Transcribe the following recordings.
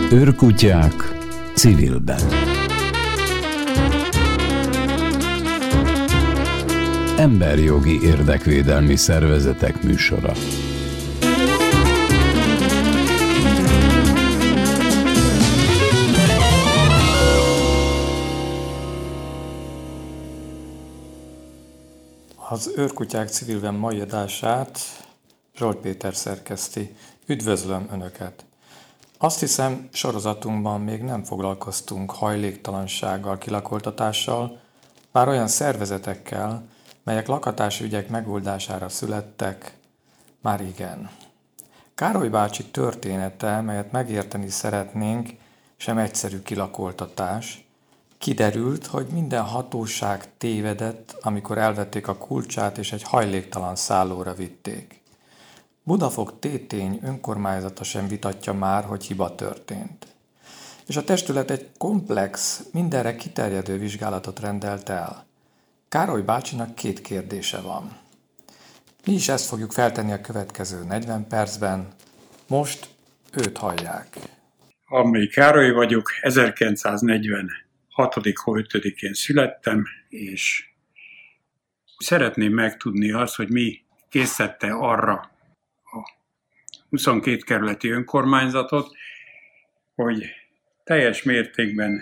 Őrkutyák civilben. Emberjogi érdekvédelmi szervezetek műsora. Az Őrkutyák civilben mai adását Zsolt Péter szerkeszti. Üdvözlöm Önöket! Azt hiszem, sorozatunkban még nem foglalkoztunk hajléktalansággal, kilakoltatással, bár olyan szervezetekkel, melyek lakhatási ügyek megoldására születtek, már igen. Károly bácsi története, melyet megérteni szeretnénk, sem egyszerű kilakoltatás. Kiderült, hogy minden hatóság tévedett, amikor elvették a kulcsát és egy hajléktalan szállóra vitték. Budafok Tétény önkormányzata sem vitatja már, hogy hiba történt. És a testület egy komplex, mindenre kiterjedő vizsgálatot rendelt el. Károly bácsinak 2 kérdése van. Mi is ezt fogjuk feltenni a következő 40 percben. Most őt hallják. Almai Károly vagyok, 1946. hó 5-én születtem, és szeretném megtudni azt, hogy mi készítette arra a 22 kerületi önkormányzatot, hogy teljes mértékben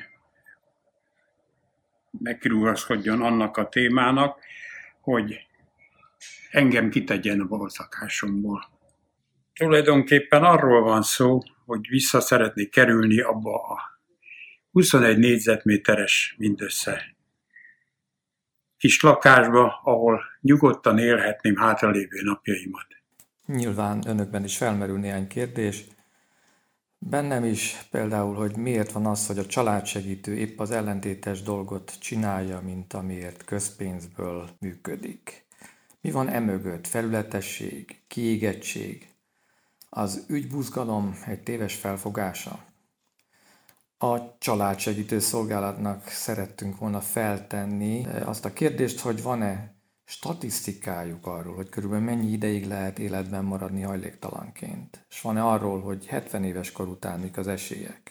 megkirúgaszkodjon annak a témának, hogy engem kitegyen a balszakásomból. Tulajdonképpen arról van szó, hogy vissza szeretnék kerülni abba a 21 négyzetméteres mindössze kis lakásba, ahol nyugodtan élhetném hátralévő napjaimat. Nyilván Önökben is felmerül néhány kérdés. Bennem is például, hogy miért van az, hogy a családsegítő épp az ellentétes dolgot csinálja, mint amiért közpénzből működik. Mi van emögött? Felületesség, kiégettség, az ügybuzgalom egy téves felfogása? A családsegítő szolgálatnak szerettünk volna feltenni azt a kérdést, hogy van-e statisztikájuk arról, hogy körülbelül mennyi ideig lehet életben maradni hajléktalanként? És van-e arról, hogy 70 éves kor után mik az esélyek?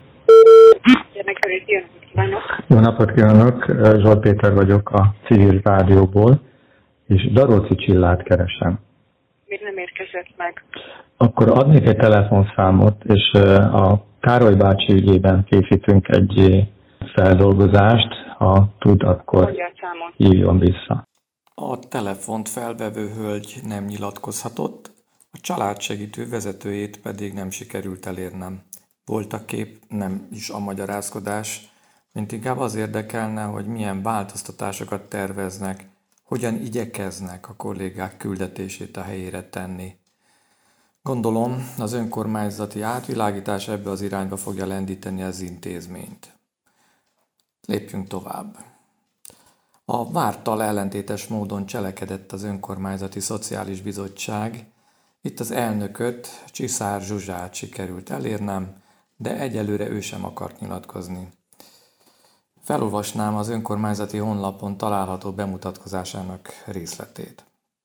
Jó napot kívánok! Zsolt Péter vagyok a Civil Rádióból, és Daróci Csillát keresem. Még nem érkezett meg. Akkor adnék egy telefonszámot, és a Károly bácsi ügyében készítünk egy feldolgozást, ha tud, akkor hívjon vissza. A telefont felvevő hölgy nem nyilatkozhatott, a családsegítő vezetőjét pedig nem sikerült elérnem. Voltaképp nem is a magyarázkodás, mint inkább az érdekelne, hogy milyen változtatásokat terveznek, hogyan igyekeznek a kollégák küldetését a helyére tenni. Gondolom, az önkormányzati átvilágítás ebbe az irányba fogja lendíteni az intézményt. Lépjünk tovább. A várttal ellentétes módon cselekedett az önkormányzati szociális bizottság. Itt az elnököt, Csiszár Zsuzsát sikerült elérnem, de egyelőre ő sem akart nyilatkozni. Felolvasnám az önkormányzati honlapon található bemutatkozásának részletét.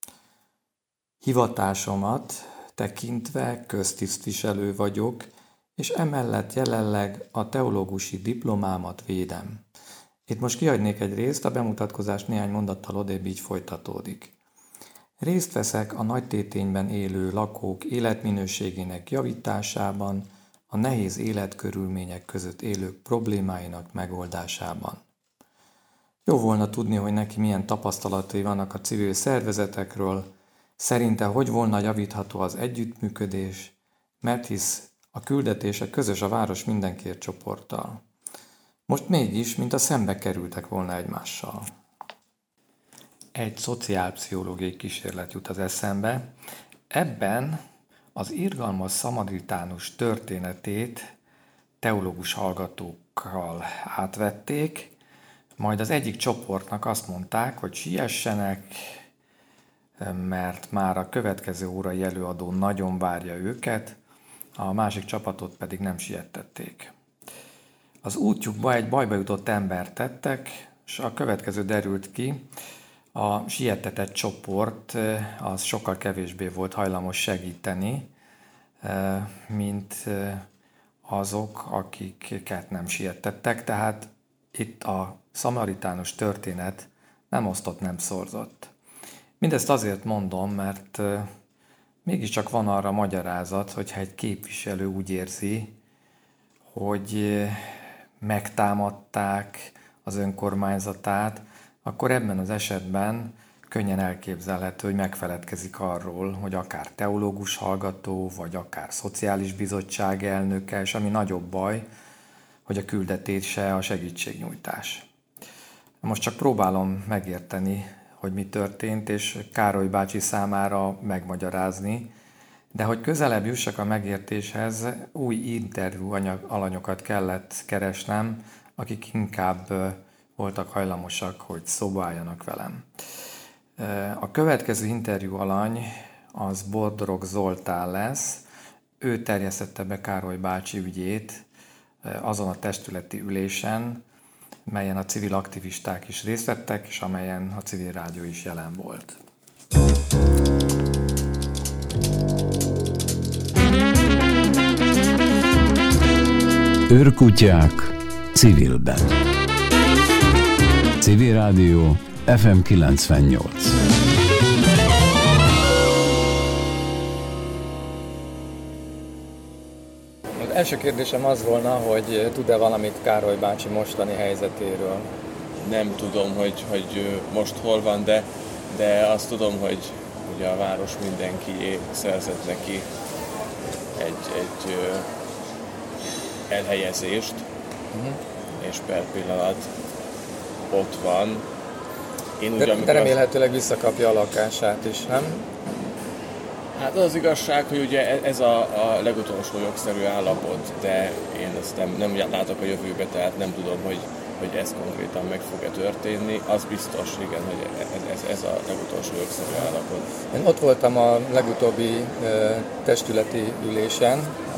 Hivatásomat tekintve köztisztviselő vagyok, és emellett jelenleg a teológusi diplomámat védem. Itt most kihagynék egy részt, a bemutatkozás néhány mondattal odébb így folytatódik. Részt veszek a Nagytétényben élő lakók életminőségének javításában, a nehéz életkörülmények között élők problémáinak megoldásában. Jó volna tudni, hogy neki milyen tapasztalatai vannak a civil szervezetekről, szerinte hogy volna javítható az együttműködés, mert hisz a küldetése közös a város mindenkiért csoporttal. Most mégis, mint a szembe kerültek volna egymással. Egy szociálpszichológiai kísérlet jut az eszembe. Ebben az irgalmas szamaritánus történetét teológus hallgatókkal átvették, majd az egyik csoportnak azt mondták, hogy siessenek, mert már a következő órai előadó nagyon várja őket, a másik csapatot pedig nem siettették. Az útjukba egy bajba jutott embert tettek, és a következő derült ki, a siettetett csoport az sokkal kevésbé volt hajlamos segíteni, mint azok, akiket nem siettettek, tehát itt a szamaritánus történet nem osztott, nem szorzott. Mindezt azért mondom, mert mégiscsak van arra magyarázat, hogyha egy képviselő úgy érzi, hogy megtámadták az önkormányzatát, akkor ebben az esetben könnyen elképzelhető, hogy megfeledkezik arról, hogy akár teológus hallgató, vagy akár szociális bizottság elnöke, és ami nagyobb baj, hogy a küldetése a segítségnyújtás. Most csak próbálom megérteni, hogy mi történt, és Károly bácsi számára megmagyarázni, de hogy közelebb jussak a megértéshez, új interjú alanyokat kellett keresnem, akik inkább voltak hajlamosak, hogy szóba álljanak velem. A következő interjú alany az Bordorog Zoltán lesz. Ő terjesztette be Károly bácsi ügyét azon a testületi ülésen, melyen a civil aktivisták is részt vettek, és amelyen a Civil Rádió is jelen volt. Őrkutyák civilben. Civil Rádió FM 98. Az első kérdésem az volna, hogy tud-e valamit Károly bácsi mostani helyzetéről? Nem tudom, hogy most hol van, de azt tudom, hogy ugye a város mindenki szerzett neki egy elhelyezést, és per pillanat ott van. De remélhetőleg visszakapja a lakását is, nem? Hát az igazság, hogy ugye ez a legutolsó jogszerű állapot, de én ezt nem látok a jövőbe, tehát nem tudom, hogy ez konkrétan meg fog-e történni. Az biztos, igen, hogy ez a legutolsó jogszerű állapot. Én ott voltam a legutóbbi testületi ülésen,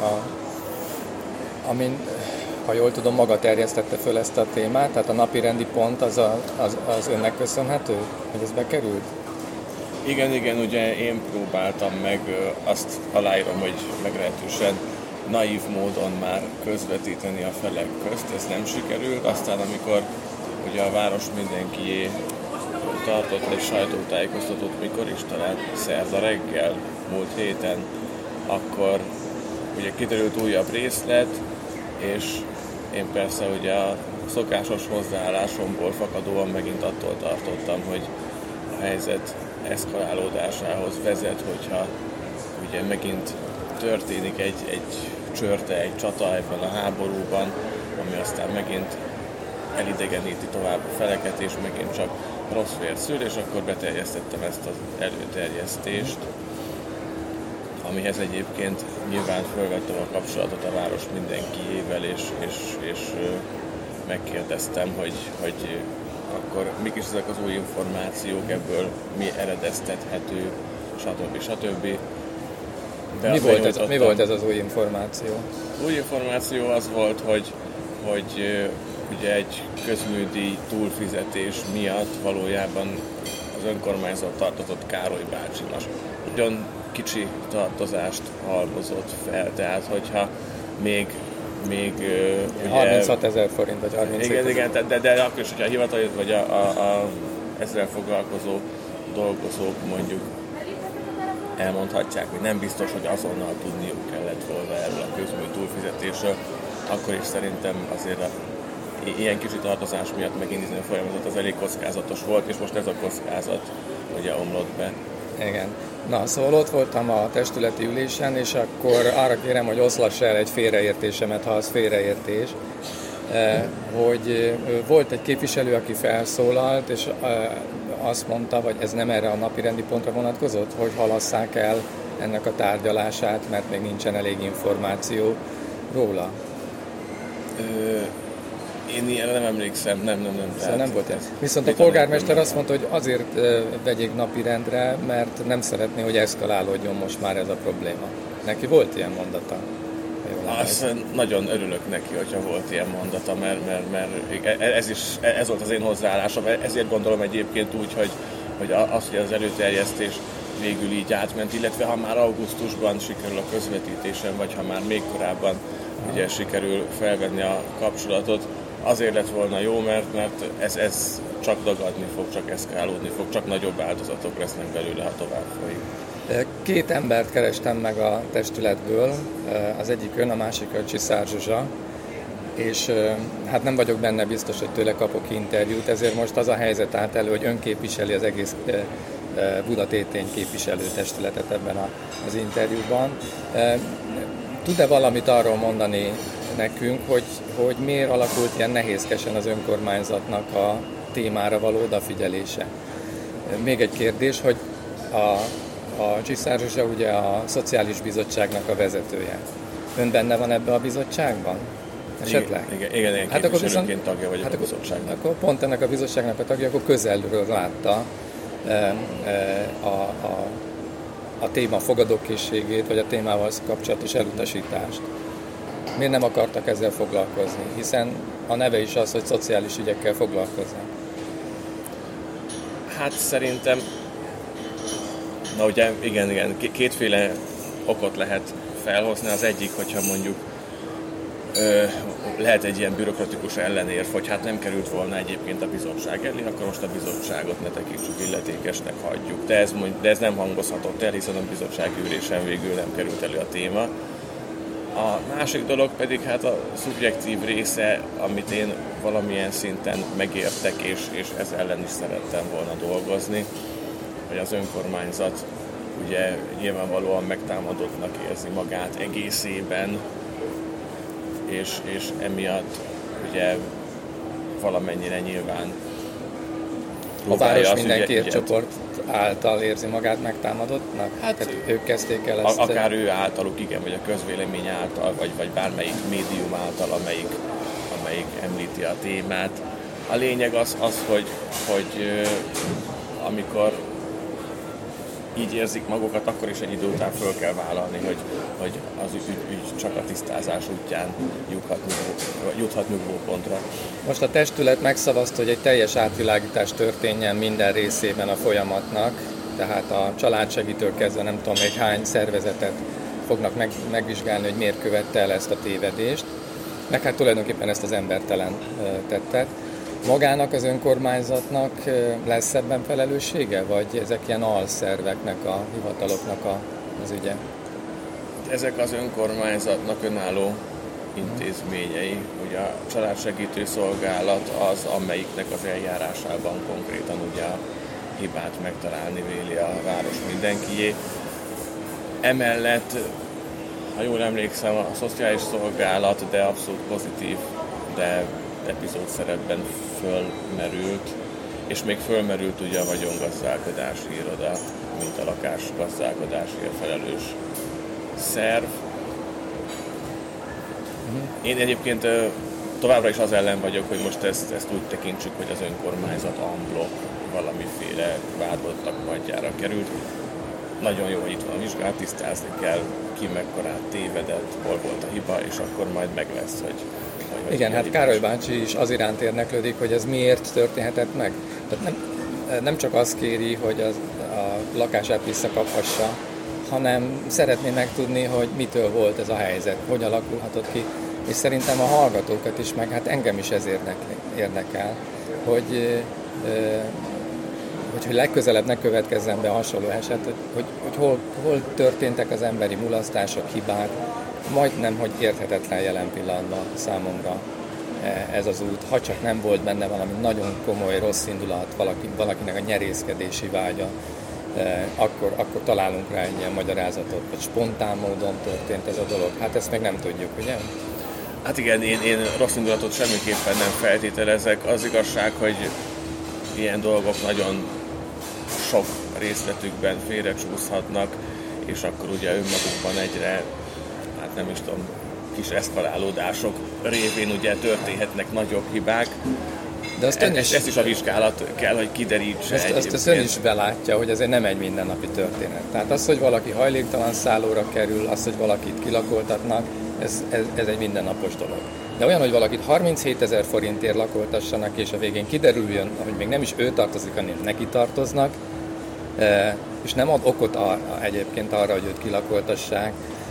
amin, ha jól tudom, maga terjesztette föl ezt a témát, tehát a napirendi pont az önnek köszönhető, hogy ez bekerült? Igen, ugye én próbáltam meg azt aláírom, hogy meglehetősen naív módon már közvetíteni a felek közt, ez nem sikerült. Aztán amikor ugye a város mindenkié tartott egy sajtótájékoztatót, mikor is, talán szerda reggel, múlt héten, akkor ugye kiderült újabb részlet, és én persze ugye a szokásos hozzáállásomból fakadóan megint attól tartottam, hogy a helyzet eszkalálódásához vezet, hogyha ugye megint történik egy csörte, egy csata ebben a háborúban, ami aztán megint elidegeníti tovább a feleket, és megint csak rossz vér szül, és akkor beterjesztettem ezt az előterjesztést, amihez egyébként nyilván felvettem a kapcsolatot a város mindenkiével, és megkérdeztem, hogy akkor mik is ezek az új információk, ebből mi eredeztethető, stb. Mi volt ez az új információ? Új információ az volt, hogy ugye egy közműdíj túlfizetés miatt valójában az önkormányzat tartozott Károly bácsinak. Nagyon kicsi tartozást halmozott fel, tehát hogyha még ugye, 36 000 forint, vagy 37 000. Igen, de akkor is, hogyha a hivatalos vagy a ezzel foglalkozó dolgozók mondjuk elmondhatják, hogy nem biztos, hogy azonnal tudniuk kellett volna erről a közmű túlfizetésről, akkor is szerintem azért ilyen kicsi tartozás miatt megindítani a folyamatot az elég kockázatos volt, és most ez a kockázat ugye omlott be. Igen. Na, szóval ott voltam a testületi ülésen, és akkor arra kérem, hogy oszlass el egy félreértésemet, ha az félreértés, hogy volt egy képviselő, aki felszólalt, és azt mondta, hogy ez nem erre a napirendi pontra vonatkozott, hogy halasszák el ennek a tárgyalását, mert még nincsen elég információ róla. Én ilyenre nem emlékszem, nem. Szóval nem volt ez. Viszont a polgármester azt mondta, hogy azért vegyék napirendre, mert nem szeretné, hogy eszkalálódjon most már ez a probléma. Neki volt ilyen mondata? Azt nagyon örülök neki, hogyha volt ilyen mondata, mert ez volt az én hozzáállásom. Ezért gondolom egyébként úgy, hogy az, hogy az előterjesztés végül így átment, illetve ha már augusztusban sikerül a közvetítésen, vagy ha már még korábban ugye sikerül felvenni a kapcsolatot, azért lett volna jó, mert ez csak dagadni fog, csak eszkálódni fog, csak nagyobb áldozatok lesznek belőle, ha tovább folyik. 2 embert kerestem meg a testületből, az egyik ön, a másik a Csiszár Zsuzsa, és hát nem vagyok benne biztos, hogy tőle kapok interjút, ezért most az a helyzet állt elő, hogy ön képviseli az egész Buda Tétény képviselőtestületet ebben az interjúban. Tud-e valamit arról mondani nekünk, hogy miért alakult ilyen nehézkesen az önkormányzatnak a témára való odafigyelése? Még egy kérdés, hogy a Csiszár Zsuzsa ugye a Szociális Bizottságnak a vezetője. Ön benne van ebbe a bizottságban? Esetleg? Igen, hát képviselőként tagja vagyok a bizottságnak. Akkor pont ennek a bizottságnak a tagja, akkor közelről látta a téma fogadókészségét, vagy a témával kapcsolatos elutasítást. Miért nem akartak ezzel foglalkozni? Hiszen a neve is az, hogy szociális ügyekkel foglalkoznak. Hát szerintem, na ugye igen, kétféle okot lehet felhozni. Az egyik, hogyha mondjuk lehet egy ilyen bürokratikus ellenérv, hogy hát nem került volna egyébként a bizottság elé, akkor most a bizottságot ne tekintsük illetékesnek, hagyjuk. De ez nem hangozhatott el, hiszen a bizottsági ülésen végül nem került elő a téma. A másik dolog pedig hát a szubjektív része, amit én valamilyen szinten megértek, és ez ellen is szerettem volna dolgozni, hogy az önkormányzat ugye nyilvánvalóan megtámadottnak érzi magát egészében, és emiatt ugye valamennyire nyilván a város mindenki csoport által érzi magát megtámadottnak? Hát ők kezdték el ezt. Akár ő általuk, igen, vagy a közvélemény által, vagy bármelyik médium által, amelyik említi a témát. A lényeg az hogy amikor így érzik magukat, akkor is egy idő után föl kell vállalni, hogy az ügy csak a tisztázás útján juthat nyugvópontra. Most a testület megszavazta, hogy egy teljes átvilágítás történjen minden részében a folyamatnak, tehát a családsegítől kezdve nem tudom még hány szervezetet fognak megvizsgálni, hogy miért követte el ezt a tévedést, meg hát tulajdonképpen ezt az embertelen tettet. Magának az önkormányzatnak lesz ebben felelőssége, vagy ezek ilyen alszerveknek, a hivataloknak az ügye? Ezek az önkormányzatnak önálló intézményei. Ugye a családsegítő szolgálat az, amelyiknek az eljárásában konkrétan ugye a hibát megtalálni véli a város mindenkié. Emellett, ha jól emlékszem, a szociális szolgálat, de abszolút pozitív, de epizód szerepben fölmerült, és még fölmerült ugye a vagyongazdálkodási iroda, mint a lakásgazdálkodásért felelős szerv. Én egyébként továbbra is az ellen vagyok, hogy most ezt úgy tekintsük, hogy az önkormányzat en bloc valamiféle vádoltak padjára került. Nagyon jó, hogy itt van a vizsgálat, tisztázni kell, ki mekkorát tévedett, hol volt a hiba, és akkor majd meg lesz, hogy igen, hát Károly bácsi is az iránt érdeklődik, hogy ez miért történhetett meg. Tehát nem csak azt kéri, hogy a lakását visszakaphassa, hanem szeretné megtudni, hogy mitől volt ez a helyzet, hogy alakulhatott ki, és szerintem a hallgatókat is, meg hát engem is ez érdekel, hogy legközelebb ne következzen be hasonló eset, hogy hol történtek az emberi mulasztások, hibák, majdnem, hogy érthetetlen jelen pillanatban számomra ez az út. Ha csak nem volt benne valami nagyon komoly rossz indulat, valakinek a nyerészkedési vágya, akkor találunk rá egy ilyen magyarázatot, hogy spontán módon történt ez a dolog. Hát ezt még nem tudjuk, ugye? Hát igen, én rossz indulatot semmiképpen nem feltételezek. Az igazság, hogy ilyen dolgok nagyon sok részletükben félrecsúszhatnak, és akkor ugye önmagukban egyre, hát nem is tudom, kis eszkalálódások révén ugye történhetnek nagyobb hibák. De ezt is a vizsgálat kell, hogy kiderítse. Ezt ön is belátja, hogy ez nem egy mindennapi történet. Tehát az, hogy valaki hajléktalan szállóra kerül, az, hogy valakit kilakoltatnak, ez egy mindennapos dolog. De olyan, hogy valakit 37 000 forintért lakoltassanak, és a végén kiderüljön, hogy még nem is ő tartozik, hanem neki tartoznak, és nem ad okot egyébként arra, hogy őt kilakoltassák,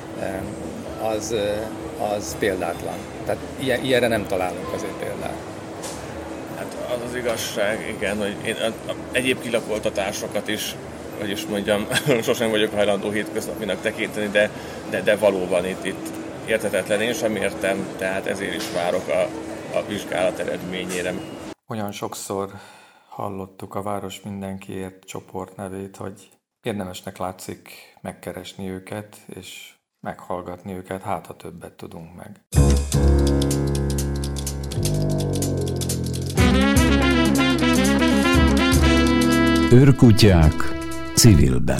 az példátlan. Tehát ilyenre nem találunk azért példát. Hát az az igazság, igen, hogy én egyéb kilakoltatásokat is, hogy is mondjam, sosem vagyok hajlandó hétköznapinak tekinteni, de valóban itt érthetetlen, én sem értem, tehát ezért is várok a vizsgálat eredményére. Olyan sokszor hallottuk a Város Mindenkiért csoport nevét, hogy érdemesnek látszik megkeresni őket, és meghallgatni őket, hát ha többet tudunk meg. Őrkutyák civilben.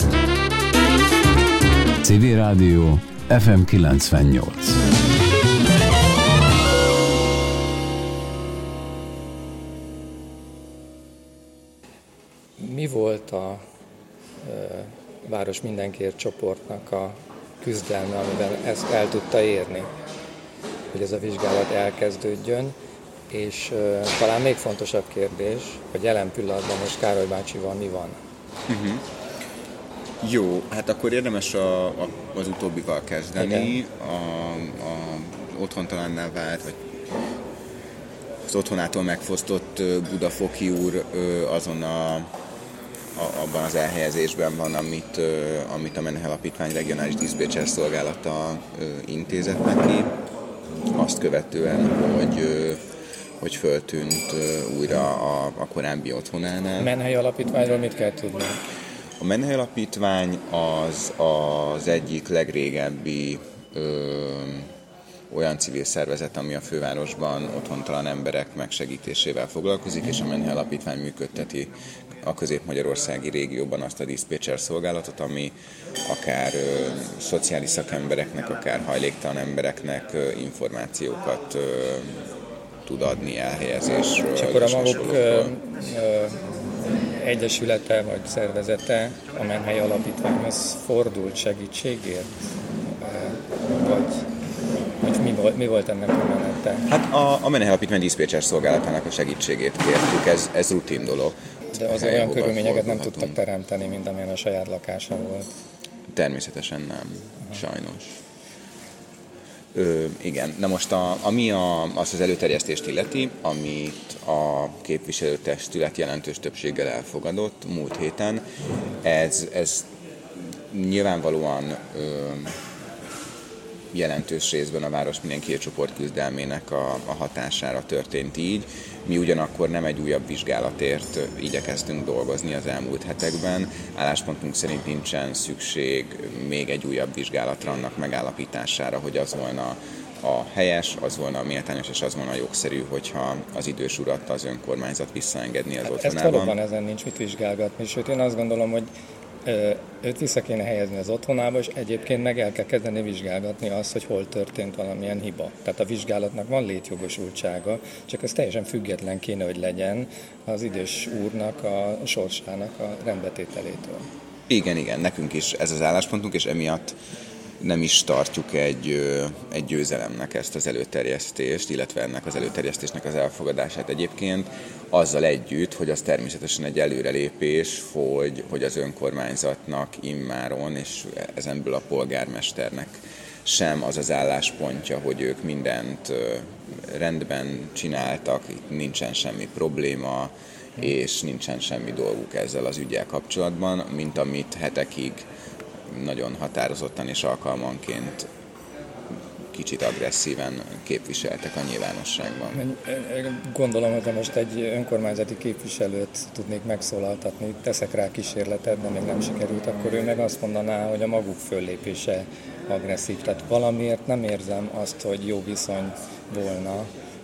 Civil Rádió FM 98. Mi volt a Város Mindenkiért csoportnak a küzdelme, amivel ezt el tudta érni, hogy ez a vizsgálat elkezdődjön, és talán még fontosabb kérdés, hogy jelen pillanatban most Károly bácsival mi van? Jó, hát akkor érdemes az utóbbival kezdeni. A otthontalanná vált, vagy az otthonától megfosztott Budafoki úr azon abban az elhelyezésben van, amit a Menhely Alapítvány regionális diszpécser szolgálata intézett neki. Azt követően, hogy föltűnt újra a korábbi otthonánál. A Menhely Alapítványról mit kell tudni? A Menhely Alapítvány az egyik legrégebbi olyan civil szervezet, ami a fővárosban otthontalan emberek megsegítésével foglalkozik, és a Menhely Alapítvány működteti a közép-magyarországi régióban azt a diszpécser szolgálatot, ami akár szociális szakembereknek, akár hajléktalan embereknek információkat tud adni elhelyezésről. És akkor a maguk egyesülete vagy szervezete a Menhely Alapítványhoz fordult segítségért? Vagy mi volt ennek a menete? Hát a Menhely Alapítvány diszpécser szolgálatának a segítségét kértük, ez rutin dolog. De az olyan körülményeket nem tudtak teremteni, mint amilyen a saját lakása volt. Természetesen nem, sajnos. Igen, na most ami azt az előterjesztést illeti, amit a képviselőtestület jelentős többséggel elfogadott múlt héten, ez nyilvánvalóan jelentős részben a Város Mindenkiért csoport küzdelmének a hatására történt így. Mi ugyanakkor nem egy újabb vizsgálatért igyekeztünk dolgozni az elmúlt hetekben. Álláspontunk szerint nincsen szükség még egy újabb vizsgálatra annak megállapítására, hogy az volna a helyes, az volna a méltányos és az volna a jogszerű, hogyha az idős urat az önkormányzat visszaengedni az otthonában. Ezt valóban ezen nincs mit vizsgálgatni, sőt én azt gondolom, hogy őt vissza kéne helyezni az otthonába, és egyébként meg el kell kezdeni vizsgálgatni azt, hogy hol történt valamilyen hiba. Tehát a vizsgálatnak van létjogosultsága, csak ez teljesen független kéne, hogy legyen az idős úrnak a sorsának a rendbetételétől. Igen, nekünk is ez az álláspontunk, és emiatt nem is tartjuk egy győzelemnek ezt az előterjesztést, illetve ennek az előterjesztésnek az elfogadását egyébként, azzal együtt, hogy az természetesen egy előrelépés, hogy az önkormányzatnak immáron, és ezenből a polgármesternek sem az az álláspontja, hogy ők mindent rendben csináltak, itt nincsen semmi probléma, és nincsen semmi dolguk ezzel az üggyel kapcsolatban, mint amit hetekig nagyon határozottan és alkalmanként kicsit agresszíven képviseltek a nyilvánosságban. Gondolom, hogy most egy önkormányzati képviselőt tudnék megszólaltatni, teszek rá kísérletet, de még nem sikerült, akkor ő meg azt mondaná, hogy a maguk föllépése agresszív. Tehát valamiért nem érzem azt, hogy jó viszony volna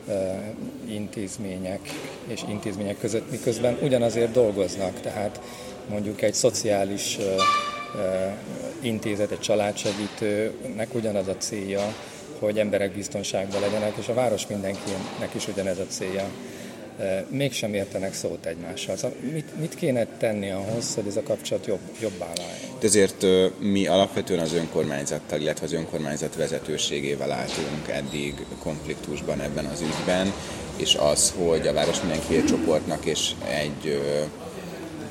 intézmények és intézmények között, miközben ugyanazért dolgoznak. Tehát mondjuk egy szociális intézet, egy családsegítőnek ugyanaz a célja, hogy emberek biztonságban legyenek, és a város mindenkinek is ugyanez a célja. Mégsem értenek szót egymással. Szóval mit kéne tenni ahhoz, hogy ez a kapcsolat jobbá váljon? Ezért mi alapvetően az önkormányzattal, illetve az önkormányzat vezetőségével álltunk eddig konfliktusban ebben az ügyben, és az, hogy a Város Mindenkiért csoportnak és egy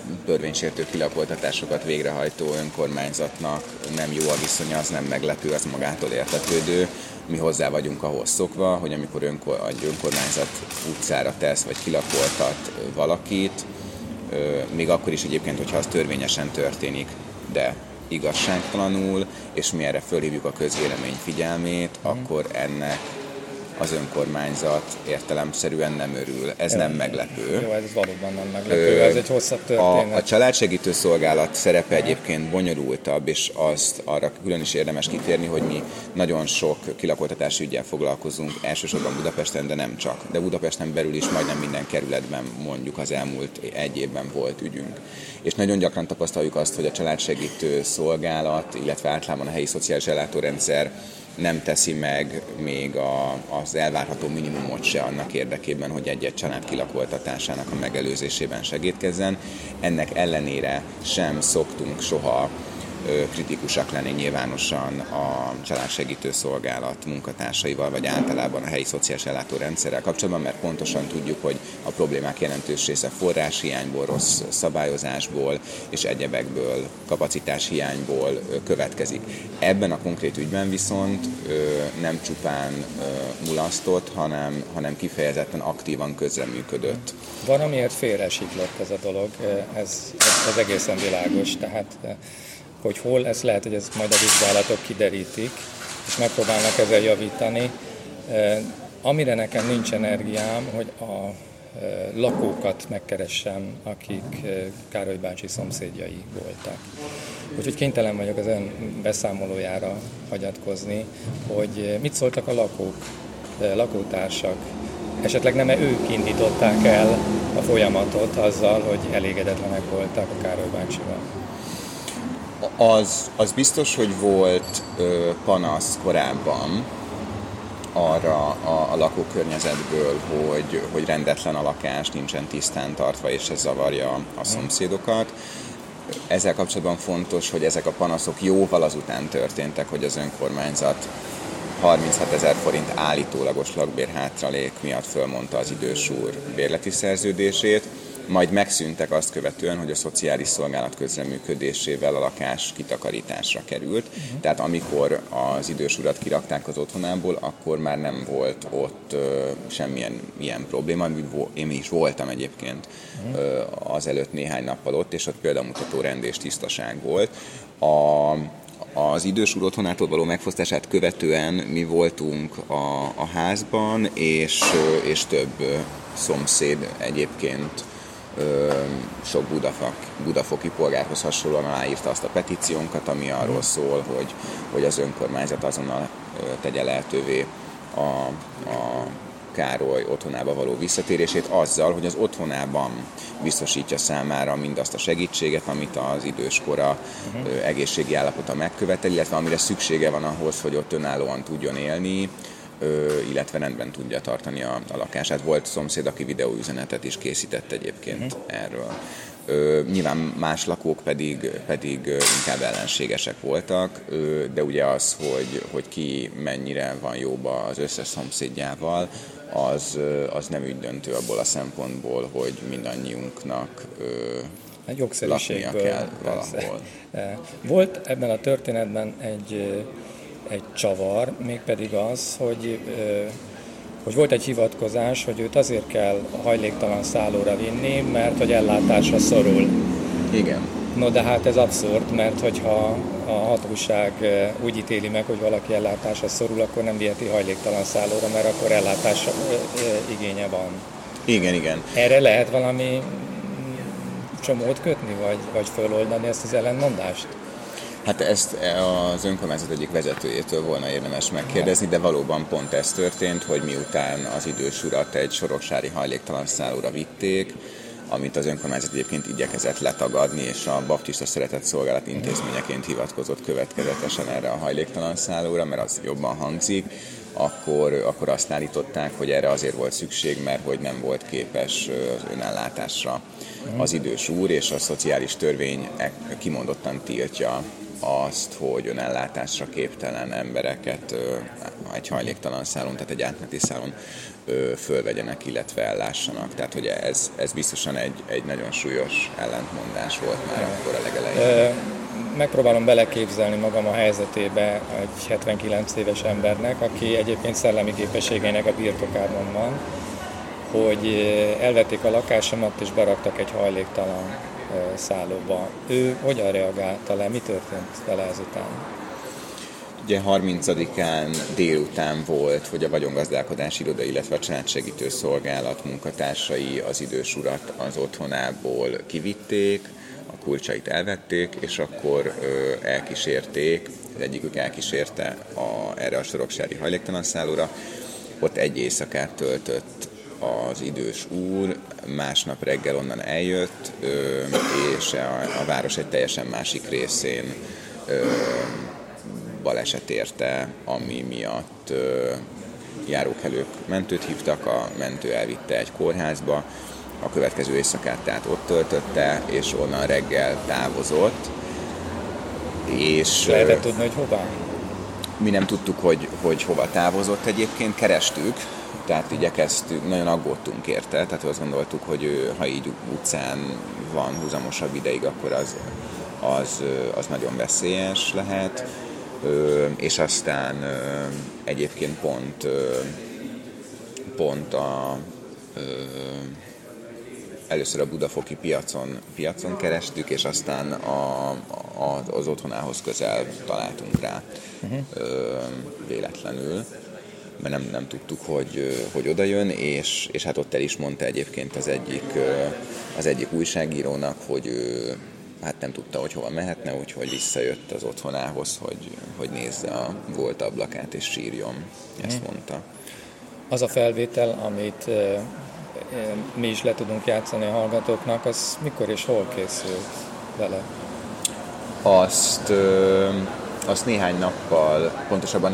törvénysértő kilakoltatásokat végrehajtó önkormányzatnak nem jó a viszonya, az nem meglepő, az magától értetődő. Mi hozzá vagyunk ahhoz szokva, hogy amikor egy önkormányzat utcára tesz, vagy kilakoltat valakit, még akkor is egyébként, hogyha az törvényesen történik, de igazságtalanul, és mi erre fölhívjuk a közvélemény figyelmét, akkor ennek az önkormányzat értelemszerűen nem örül. Ez nem meglepő. Jó, ez valóban nem meglepő, ez egy hosszabb történet. A családsegítő szolgálat szerepe egyébként bonyolultabb, és azt arra külön is érdemes kitérni, hogy mi nagyon sok kilakoltatási üggyel foglalkozunk, elsősorban Budapesten, de nem csak. De Budapesten belül is majdnem minden kerületben mondjuk az elmúlt egy évben volt ügyünk. És nagyon gyakran tapasztaljuk azt, hogy a családsegítő szolgálat, illetve általában a helyi szociális ellátórendszer nem teszi meg még az elvárható minimumot se annak érdekében, hogy egy-egy család kilakoltatásának a megelőzésében segítkezzen. Ennek ellenére sem szoktunk soha kritikusak lenni nyilvánosan a családsegítő szolgálat munkatársaival, vagy általában a helyi szociális ellátórendszerrel kapcsolatban, mert pontosan tudjuk, hogy a problémák jelentős része forráshiányból, rossz szabályozásból és egyebekből, kapacitáshiányból következik. Ebben a konkrét ügyben viszont nem csupán mulasztott, hanem kifejezetten aktívan közreműködött. Van, amiért félresiklott ez a dolog, ez egészen világos, tehát hogy hol, ez lehet, hogy ezt majd a vizsgálatok kiderítik, és megpróbálnak ezzel javítani. Amire nekem nincs energiám, hogy a lakókat megkeressem, akik Károly bácsi szomszédjai voltak. Úgyhogy kénytelen vagyok az ön beszámolójára hagyatkozni, hogy mit szóltak a lakótársak. Esetleg nem ők indították el a folyamatot azzal, hogy elégedetlenek voltak a Károly bácsival. Az biztos, hogy volt panasz korábban arra a lakókörnyezetből, hogy rendetlen a lakás, nincsen tisztán tartva, és ez zavarja a szomszédokat. Ezzel kapcsolatban fontos, hogy ezek a panaszok jóval azután történtek, hogy az önkormányzat 36 000 forint állítólagos lakbérhátralék miatt fölmondta az idős úr bérleti szerződését, majd megszűntek azt követően, hogy a szociális szolgálat közreműködésével a lakás kitakarításra került. Tehát amikor az idős urat kirakták az otthonából, akkor már nem volt ott semmilyen ilyen probléma. Én is voltam egyébként azelőtt néhány nappal ott, és ott példamutató rend és tisztaság volt. Az idős úr otthonától való megfosztását követően mi voltunk a házban, és több szomszéd egyébként sok budafoki polgárhoz hasonlóan aláírta azt a petíciónkat, ami arról szól, hogy az önkormányzat azonnal tegye lehetővé a Károly otthonába való visszatérését azzal, hogy az otthonában biztosítja számára mindazt a segítséget, amit az időskora egészségi állapota megkövetel, illetve amire szüksége van ahhoz, hogy ott önállóan tudjon élni, illetve rendben tudja tartani a lakását. Volt szomszéd, aki videóüzenetet is készített egyébként erről. Nyilván más lakók pedig inkább ellenségesek voltak, de ugye az, hogy ki mennyire van jóba az összes szomszédjával, az nem ügydöntő abból a szempontból, hogy mindannyiunknak laknia kell valahol. Volt ebben a történetben egy csavar, mégpedig az, hogy volt egy hivatkozás, hogy őt azért kell a hajléktalan szállóra vinni, mert hogy ellátásra szorul. Igen. No, de hát ez abszurd, mert hogyha a hatóság úgy ítéli meg, hogy valaki ellátásra szorul, akkor nem viheti hajléktalan szállóra, mert akkor ellátás igénye van. Igen. Erre lehet valami csomót kötni, vagy föloldani ezt az ellentmondást? Hát ezt az önkormányzat egyik vezetőjétől volna érdemes megkérdezni, de valóban pont ez történt, hogy miután az idős urat egy soroksári hajléktalan szállóra vitték, amit az önkormányzat egyébként igyekezett letagadni, és a Baptista Szeretett Szolgálat intézményeként hivatkozott következetesen erre a hajléktalan szállóra, mert az jobban hangzik, akkor azt állították, hogy erre azért volt szükség, mert hogy nem volt képes az önellátásra az idős úr, és a szociális törvény kimondottan tiltja azt, hogy önellátásra képtelen embereket egy hajléktalan szálon, tehát egy átmeneti szálon fölvegyenek, illetve ellássanak. Tehát, hogy ez biztosan egy nagyon súlyos ellentmondás volt már akkor a legelején. Megpróbálom beleképzelni magam a helyzetébe egy 79 éves embernek, aki egyébként szellemi képességeinek a birtokában van, hogy elvették a lakásomat és beraktak egy hajléktalan szállóba. Ő hogyan reagálta le? Mi történt vele ezután? Ugye 30-án délután volt, hogy a vagyongazdálkodási iroda, illetve a családsegítő szolgálat munkatársai az idős urat az otthonából kivitték, a kulcsait elvették, és akkor elkísérték, az egyikük elkísérte erre a soroksári hajléktalan szállóra. Ott egy éjszakát töltött az idős úr, másnap reggel onnan eljött, és a város egy teljesen másik részén baleset érte, ami miatt járókelők mentőt hívtak, a mentő elvitte egy kórházba, a következő éjszakát tehát ott töltötte, és onnan reggel távozott. És lehetett tudni, hogy hová? Mi nem tudtuk, hogy hova távozott egyébként, kerestük, tehát igyekeztünk, nagyon aggódtunk érte, tehát azt gondoltuk, hogy ha így utcán van húzamosabb ideig, akkor az nagyon veszélyes lehet. És aztán egyébként pont először a budafoki piacon kerestük, hogy aztán az otthonához közel találtunk rá véletlenül, mert nem tudtuk, hogy oda jön, és hát ott el is mondta egyébként az egyik újságírónak, hogy ő hát nem tudta, hogy hova mehetne, úgyhogy visszajött az otthonához, hogy nézze a volt ablakát és sírjon. Ezt mondta. Az a felvétel, amit mi is le tudunk játszani a hallgatóknak, az mikor és hol készült vele? Azt néhány nappal, pontosabban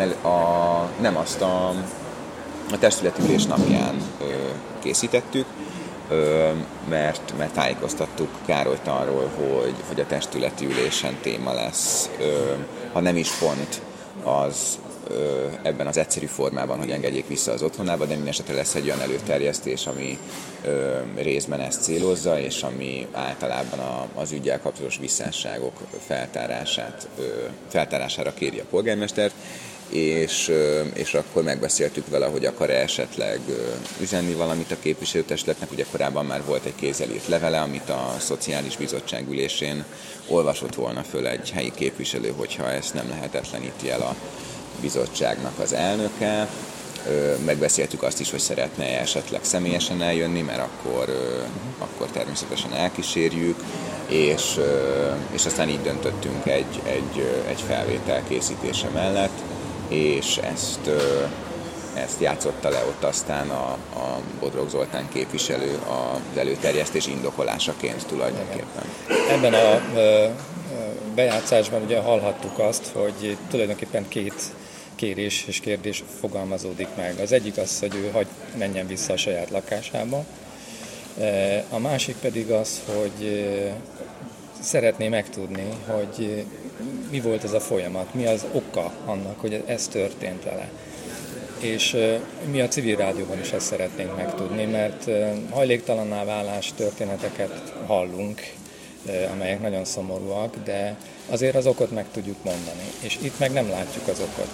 a testületi ülés napján készítettük, mert tájékoztattuk Károlyt arról, hogy a testületi ülésen téma lesz, ha nem is pont az ebben az egyszerű formában, hogy engedjék vissza az otthonába, de minden esetre lesz egy olyan előterjesztés, ami részben ezt célozza, és ami általában az üggyel kapcsolatos visszásságok feltárására kéri a polgármestert, és akkor megbeszéltük vele, hogy akar-e esetleg üzenni valamit a képviselőtestületnek. Ugye korábban már volt egy kézzelírt levele, amit a Szociális Bizottság ülésén olvasott volna föl egy helyi képviselő, hogyha ezt nem lehetetleníti el a bizottságnak az elnöke. Megbeszéltük azt is, hogy szeretne esetleg személyesen eljönni, mert akkor természetesen elkísérjük, és aztán így döntöttünk egy felvétel készítése mellett, és ezt játszotta le ott aztán a Bodrog Zoltán képviselő az előterjesztés indokolásaként tulajdonképpen. Ebben a bejátszásban ugye hallhattuk azt, hogy tulajdonképpen két kérés és kérdés fogalmazódik meg. Az egyik az, hogy ő menjen vissza a saját lakásába. A másik pedig az, hogy szeretné megtudni, hogy mi volt ez a folyamat, mi az oka annak, hogy ez történt vele. És mi a civil rádióban is ezt szeretnénk megtudni, mert hajléktalanná válás történeteket hallunk, amelyek nagyon szomorúak, de azért az okot meg tudjuk mondani. És itt meg nem látjuk az okot.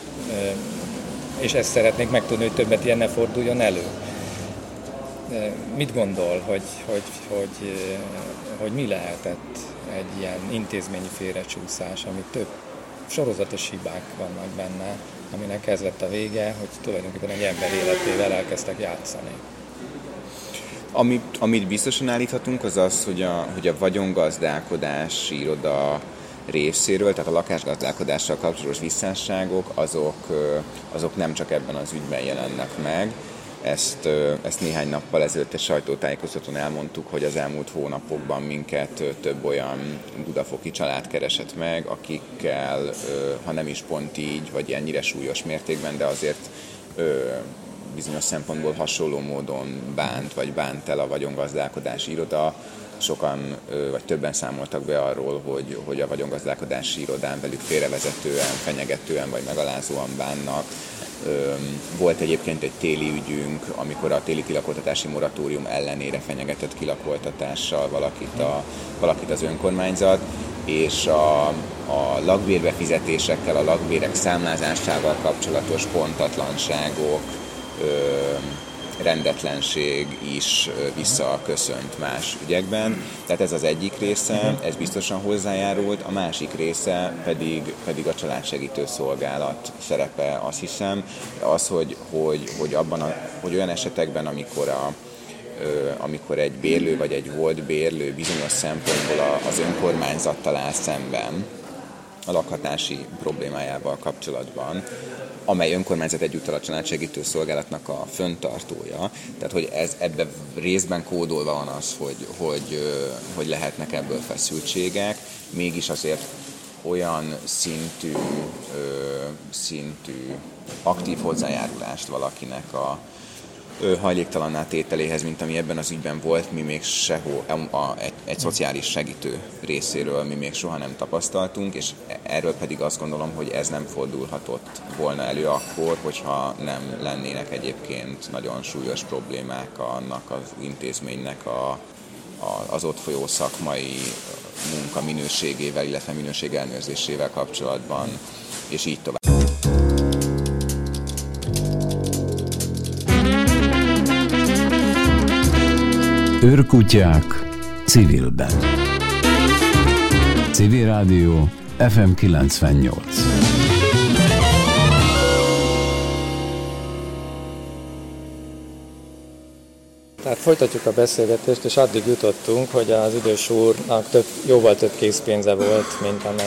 És ezt szeretnénk megtudni, hogy többet ilyen ne forduljon elő. Mit gondol, hogy mi lehetett egy ilyen intézményi félrecsúszás, ami több sorozatos hibák vannak benne, aminek ez lett a vége, hogy tulajdonképpen egy ember életével elkezdtek játszani? Amit biztosan állíthatunk, az az, hogy a vagyongazdálkodási iroda részéről, tehát a lakásgazdálkodással kapcsolatos visszásságok, azok nem csak ebben az ügyben jelennek meg. Ezt néhány nappal ezelőtt egy sajtótájékoztatón elmondtuk, hogy az elmúlt hónapokban minket több olyan budafoki család keresett meg, akikkel, ha nem is pont így, vagy ennyire súlyos mértékben, de azért bizonyos szempontból hasonló módon bánt el a vagyongazdálkodási iroda, sokan vagy többen számoltak be arról, hogy a vagyongazdálkodási irodán velük félrevezetően, fenyegetően vagy megalázóan bánnak. Volt egyébként egy téli ügyünk, amikor a téli kilakoltatási moratórium ellenére fenyegetett kilakoltatással valakit az önkormányzat, és a lakbérbefizetésekkel, a lakbérek számlázásával kapcsolatos pontatlanságok, rendetlenség is visszaköszönt más ügyekben. Tehát ez az egyik része, ez biztosan hozzájárult, a másik része pedig a családsegítő szolgálat szerepe, azt hiszem, az, hogy olyan esetekben, amikor egy bérlő vagy egy volt bérlő bizonyos szempontból az önkormányzattal áll szemben a lakhatási problémájával kapcsolatban, amely önkormányzat egyúttal a családsegítő szolgálatnak a fenntartója. Tehát, hogy ebben részben kódolva van az, hogy lehetnek ebből feszültségek, mégis azért olyan szintű aktív hozzájárulást valakinek a hajléktalanná tételéhez, mint ami ebben az ügyben volt, mi még sehol, egy szociális segítő részéről mi még soha nem tapasztaltunk, és erről pedig azt gondolom, hogy ez nem fordulhatott volna elő akkor, hogyha nem lennének egyébként nagyon súlyos problémák annak az intézménynek az ott folyó szakmai munka minőségével, illetve minőség ellenőrzésével kapcsolatban, és így tovább. Őrkutyák civilben. Civil Rádió FM 98. Tehát folytatjuk a beszélgetést, és addig jutottunk, hogy az idős úrnak jóval több készpénze volt,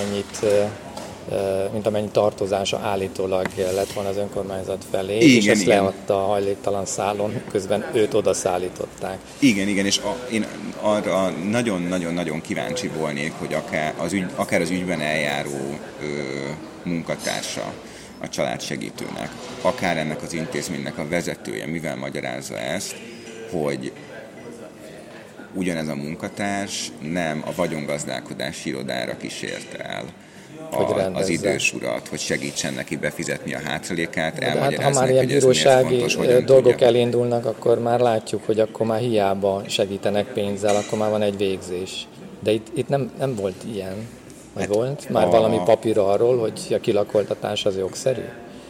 mint amennyi tartozása állítólag lett volna az önkormányzat felé, igen, és ezt leadta a hajléktalan szálon, közben őt oda szállították. Igen, és én arra nagyon-nagyon kíváncsi volnék, hogy akár az ügyben eljáró munkatársa a családsegítőnek, akár ennek az intézménynek a vezetője, mivel magyarázza ezt, hogy ugyanez a munkatárs nem a vagyongazdálkodási irodára kísérte el az idős urat, hogy segítsen neki befizetni a hátralékát, elmagyarázni, ha már ilyen bírósági dolgok elindulnak, akkor már látjuk, hogy akkor már hiába segítenek pénzzel, akkor már van egy végzés. De itt nem volt ilyen. Vagy volt? Már valami papír arról, hogy a kilakoltatás az jogszerű?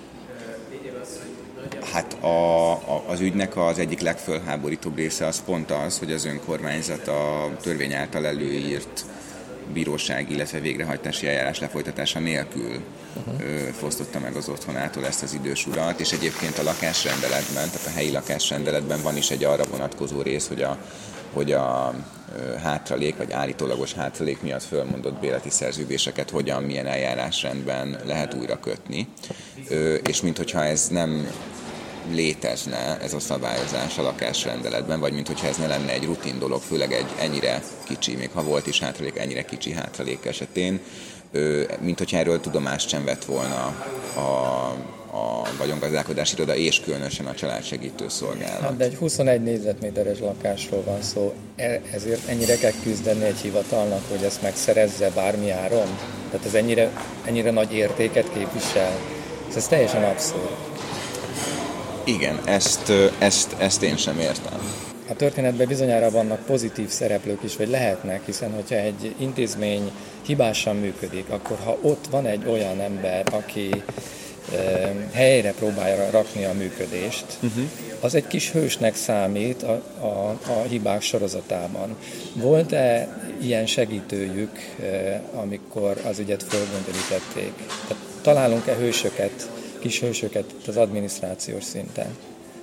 Hát az ügynek az egyik legfölháborítóbb része az pont az, hogy az önkormányzat a törvény által előírt bíróság, illetve végrehajtási eljárás lefolytatása nélkül fosztotta meg az otthonától ezt az idős urat, és egyébként a lakásrendeletben, tehát a helyi lakásrendeletben van is egy arra vonatkozó rész, hogy a hátralék, vagy állítólagos hátralék miatt fölmondott bérleti szerződéseket milyen eljárásrendben lehet újra kötni, és minthogyha ez nem létezne, ez a szabályozás a lakásrendeletben, vagy minthogyha ez ne lenne egy rutin dolog, főleg egy ennyire kicsi, még ha volt is hátralék, ennyire kicsi hátralék esetén, minthogyha erről tudomást sem vett volna a vagyongazdálkodási iroda, és különösen a családsegítő szolgálat. De egy 21 négyzetméteres lakásról van szó, ezért ennyire kell küzdeni egy hivatalnak, hogy ezt megszerezze bármi áron? Tehát ez ennyire nagy értéket képvisel? Ez teljesen abszurd. Igen, ezt én sem értem. A történetben bizonyára vannak pozitív szereplők is, vagy lehetnek, hiszen hogyha egy intézmény hibásan működik, akkor ha ott van egy olyan ember, aki helyre próbálja rakni a működést, az egy kis hősnek számít a hibák sorozatában. Volt-e ilyen segítőjük, amikor az ügyet fölgöngyölítették? Találunk-e hősöket, kis hősöket az adminisztrációs szinten?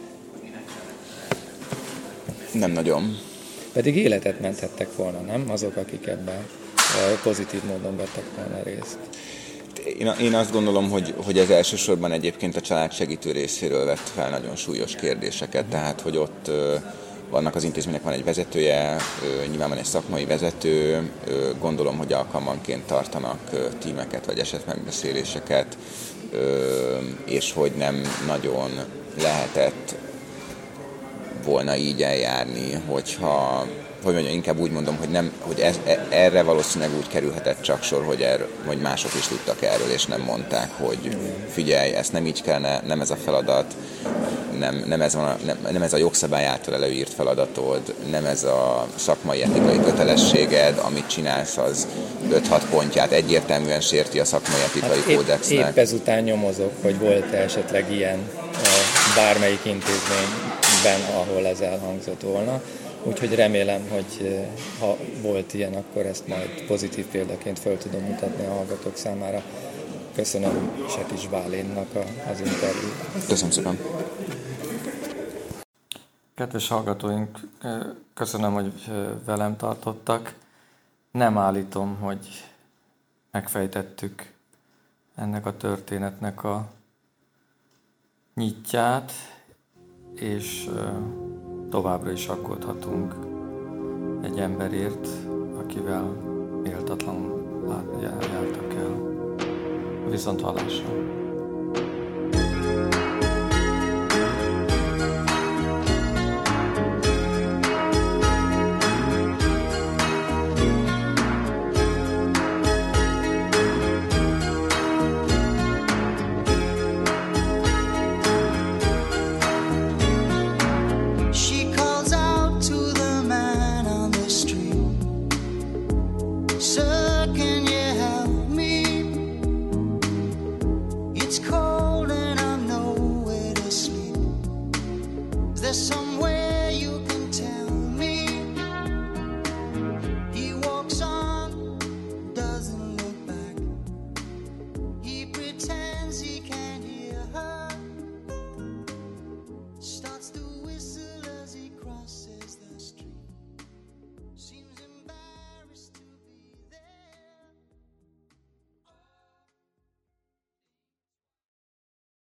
Nem nagyon. Pedig életet menthettek volna, nem? Azok, akik ebben pozitív módon vettek volna részt. Én azt gondolom, hogy ez elsősorban egyébként a családsegítő részéről vett fel nagyon súlyos kérdéseket, tehát hogy ott vannak az intézménynek, van egy vezetője, nyilván van egy szakmai vezető, gondolom, hogy alkalmanként tartanak tímeket vagy esetmegbeszéléseket, és hogy nem nagyon lehetett volna így eljárni, hogyha hogy mondjam, inkább úgy mondom, hogy, nem, hogy erre valószínűleg úgy kerülhetett csak sor, hogy mások is tudtak erről, és nem mondták, hogy figyelj, ezt nem így kellene, nem ez a feladat, nem ez a jogszabály által előírt feladatod, nem ez a szakmai etikai kötelességed, amit csinálsz, az 5-6 pontját egyértelműen sérti a szakmai etikai kódexnek. Épp ezután nyomozok, hogy volt-e esetleg ilyen bármelyik intézményben, ahol ez elhangzott volna. Úgyhogy remélem, hogy ha volt ilyen, akkor ezt majd pozitív példaként fel tudom mutatni a hallgatók számára. Köszönöm Sepics Bálinnak az interjút. Köszönöm szépen. Kedves hallgatóink, köszönöm, hogy velem tartottak. Nem állítom, hogy megfejtettük ennek a történetnek a nyitját, és továbbra is aggódhatunk egy emberért, akivel méltatlanul jártak el. Viszont hallásra!